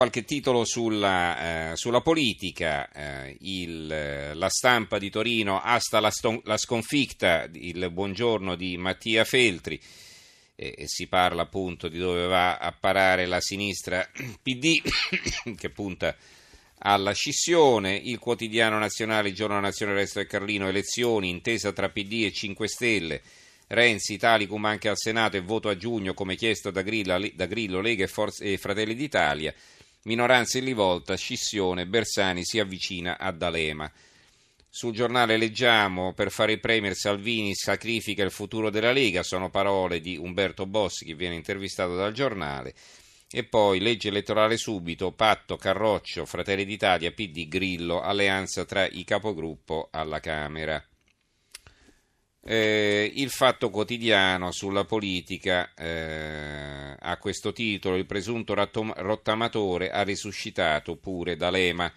Qualche titolo sulla politica, la Stampa di Torino, hasta la sconfitta, il buongiorno di Mattia Feltri, e si parla appunto di dove va a parare la sinistra PD che punta alla scissione. Il Quotidiano Nazionale, il Giorno Nazione, Resto del Carlino, elezioni, intesa tra PD e 5 Stelle, Renzi, Italicum anche al Senato e voto a giugno come chiesto da Grillo, Lega e Fratelli d'Italia. Minoranza in rivolta, scissione, Bersani si avvicina a D'Alema. Sul Giornale leggiamo: per fare il premier Salvini sacrifica il futuro della Lega, sono parole di Umberto Bossi che viene intervistato dal Giornale. E poi legge elettorale subito, patto Carroccio, Fratelli d'Italia, PD, Grillo, alleanza tra i capogruppo alla Camera. Il Fatto Quotidiano sulla politica ha questo titolo: il presunto rottamatore ha risuscitato pure D'Alema.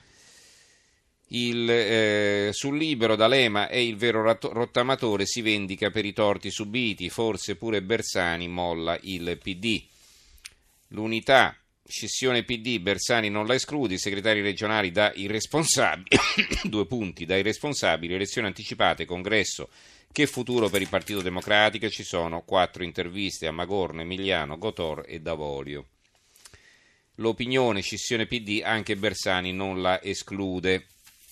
Sul Libero, D'Alema è il vero rottamatore, si vendica per i torti subiti, forse pure Bersani molla il PD. L'Unità, scissione PD, Bersani non la esclude, i segretari regionali da irresponsabili, due punti, da irresponsabili, elezioni anticipate, congresso. Che futuro per il Partito Democratico? Ci sono 4 interviste a Magorno, Emiliano, Gotor e Davolio. L'Opinione, scissione PD, anche Bersani non la esclude.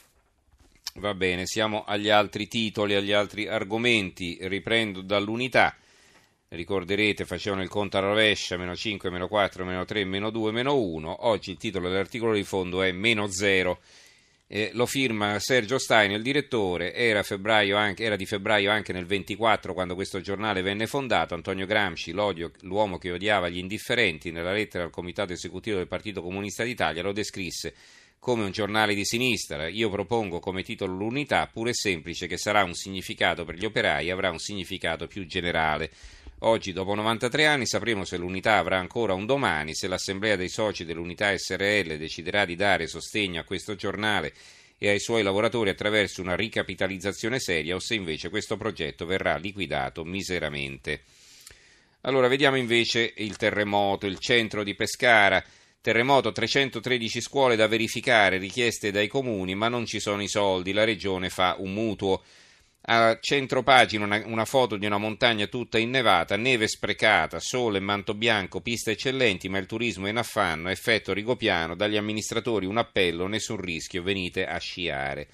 Va bene, siamo agli altri titoli, agli altri argomenti. Riprendo dall'Unità. Ricorderete, facevano il conto a rovescia, meno 5, meno 4, meno 3, meno 2, meno 1. Oggi il titolo dell'articolo di fondo è meno 0. Lo firma Sergio Staino, il direttore. Era di febbraio anche nel 24, quando questo giornale venne fondato. Antonio Gramsci, l'uomo che odiava gli indifferenti, nella lettera al comitato esecutivo del Partito Comunista d'Italia lo descrisse come un giornale di sinistra. Io propongo come titolo l'Unità, pure semplice, che sarà un significato per gli operai, avrà un significato più generale. Oggi, dopo 93 anni, sapremo se l'Unità avrà ancora un domani, se l'Assemblea dei soci dell'Unità SRL deciderà di dare sostegno a questo giornale e ai suoi lavoratori attraverso una ricapitalizzazione seria o se invece questo progetto verrà liquidato miseramente. Allora, vediamo invece il terremoto, il centro di Pescara. Terremoto, 313 scuole da verificare, richieste dai comuni, ma non ci sono i soldi, la regione fa un mutuo. A centropagina una foto di una montagna tutta innevata, neve sprecata, sole, manto bianco, piste eccellenti, ma il turismo è in affanno, effetto Rigopiano, dagli amministratori un appello, nessun rischio, venite a sciare.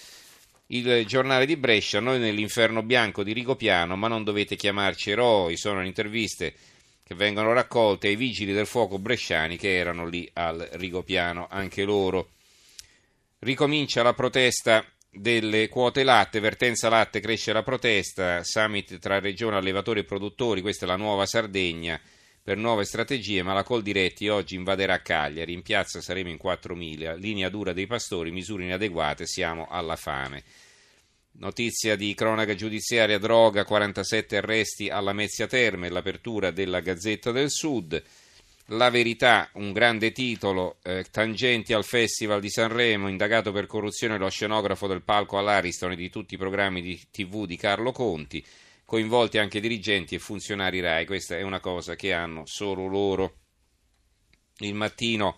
Il Giornale di Brescia, noi nell'inferno bianco di Rigopiano, ma non dovete chiamarci eroi, sono le interviste che vengono raccolte ai vigili del fuoco bresciani che erano lì al Rigopiano, anche loro. Ricomincia la protesta delle quote latte, vertenza latte, cresce la protesta, summit tra regione, allevatori e produttori, questa è la nuova Sardegna, per nuove strategie, ma la Coldiretti oggi invaderà Cagliari, in piazza saremo in 4.000, linea dura dei pastori, misure inadeguate, siamo alla fame. Notizia di cronaca giudiziaria, droga, 47 arresti alla Mezzia Terme, l'apertura della Gazzetta del Sud. La Verità, un grande titolo, tangenti al Festival di Sanremo, indagato per corruzione lo scenografo del palco all'Ariston e di tutti i programmi di TV di Carlo Conti, coinvolti anche dirigenti e funzionari RAI, questa è una cosa che hanno solo loro. Il Mattino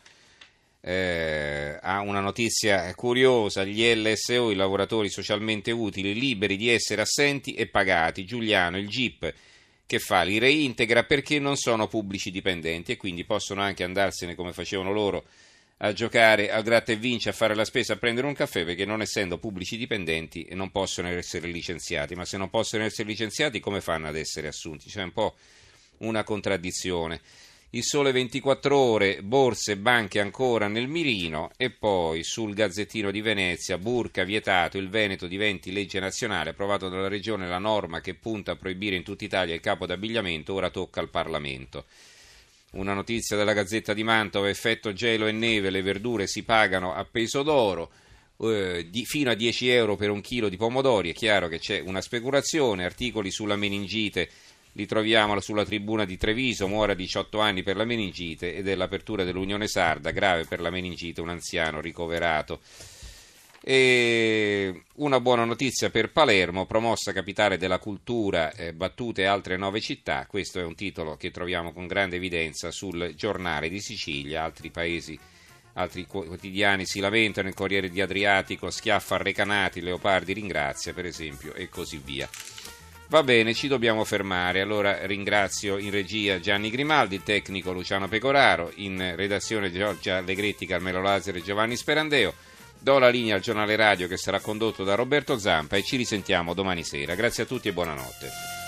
ha una notizia curiosa: gli LSO, i lavoratori socialmente utili, liberi di essere assenti e pagati. Giuliano, il GIP, che fa? Li reintegra perché non sono pubblici dipendenti e quindi possono anche andarsene, come facevano loro, a giocare al gratta e vinci, a fare la spesa, a prendere un caffè, perché non essendo pubblici dipendenti non possono essere licenziati. Ma se non possono essere licenziati, come fanno ad essere assunti? C'è un po' una contraddizione. Il Sole 24 Ore, borse e banche ancora nel mirino. E poi sul Gazzettino di Venezia, burka vietato, il Veneto diventi legge nazionale, approvato dalla regione la norma che punta a proibire in tutta Italia il capo d'abbigliamento, ora tocca al Parlamento. Una notizia della Gazzetta di Mantova, effetto gelo e neve, le verdure si pagano a peso d'oro, fino a 10 euro per un chilo di pomodori, è chiaro che c'è una speculazione. Articoli sulla meningite li troviamo sulla Tribuna di Treviso, muore a 18 anni per la meningite, ed è l'apertura dell'Unione Sarda, grave per la meningite, un anziano ricoverato. E una buona notizia per Palermo, promossa capitale della cultura, battute altre 9 città. Questo è un titolo che troviamo con grande evidenza sul Giornale di Sicilia. Altri paesi altri quotidiani si lamentano, il Corriere di Adriatico schiaffa Recanati, Leopardi ringrazia per esempio, e così via. Va bene, ci dobbiamo fermare, allora ringrazio in regia Gianni Grimaldi, il tecnico Luciano Pecoraro, in redazione Giorgia Allegretti, Carmelo Lazzaro e Giovanni Sperandeo. Do la linea al giornale radio che sarà condotto da Roberto Zampa e ci risentiamo domani sera. Grazie a tutti e buonanotte.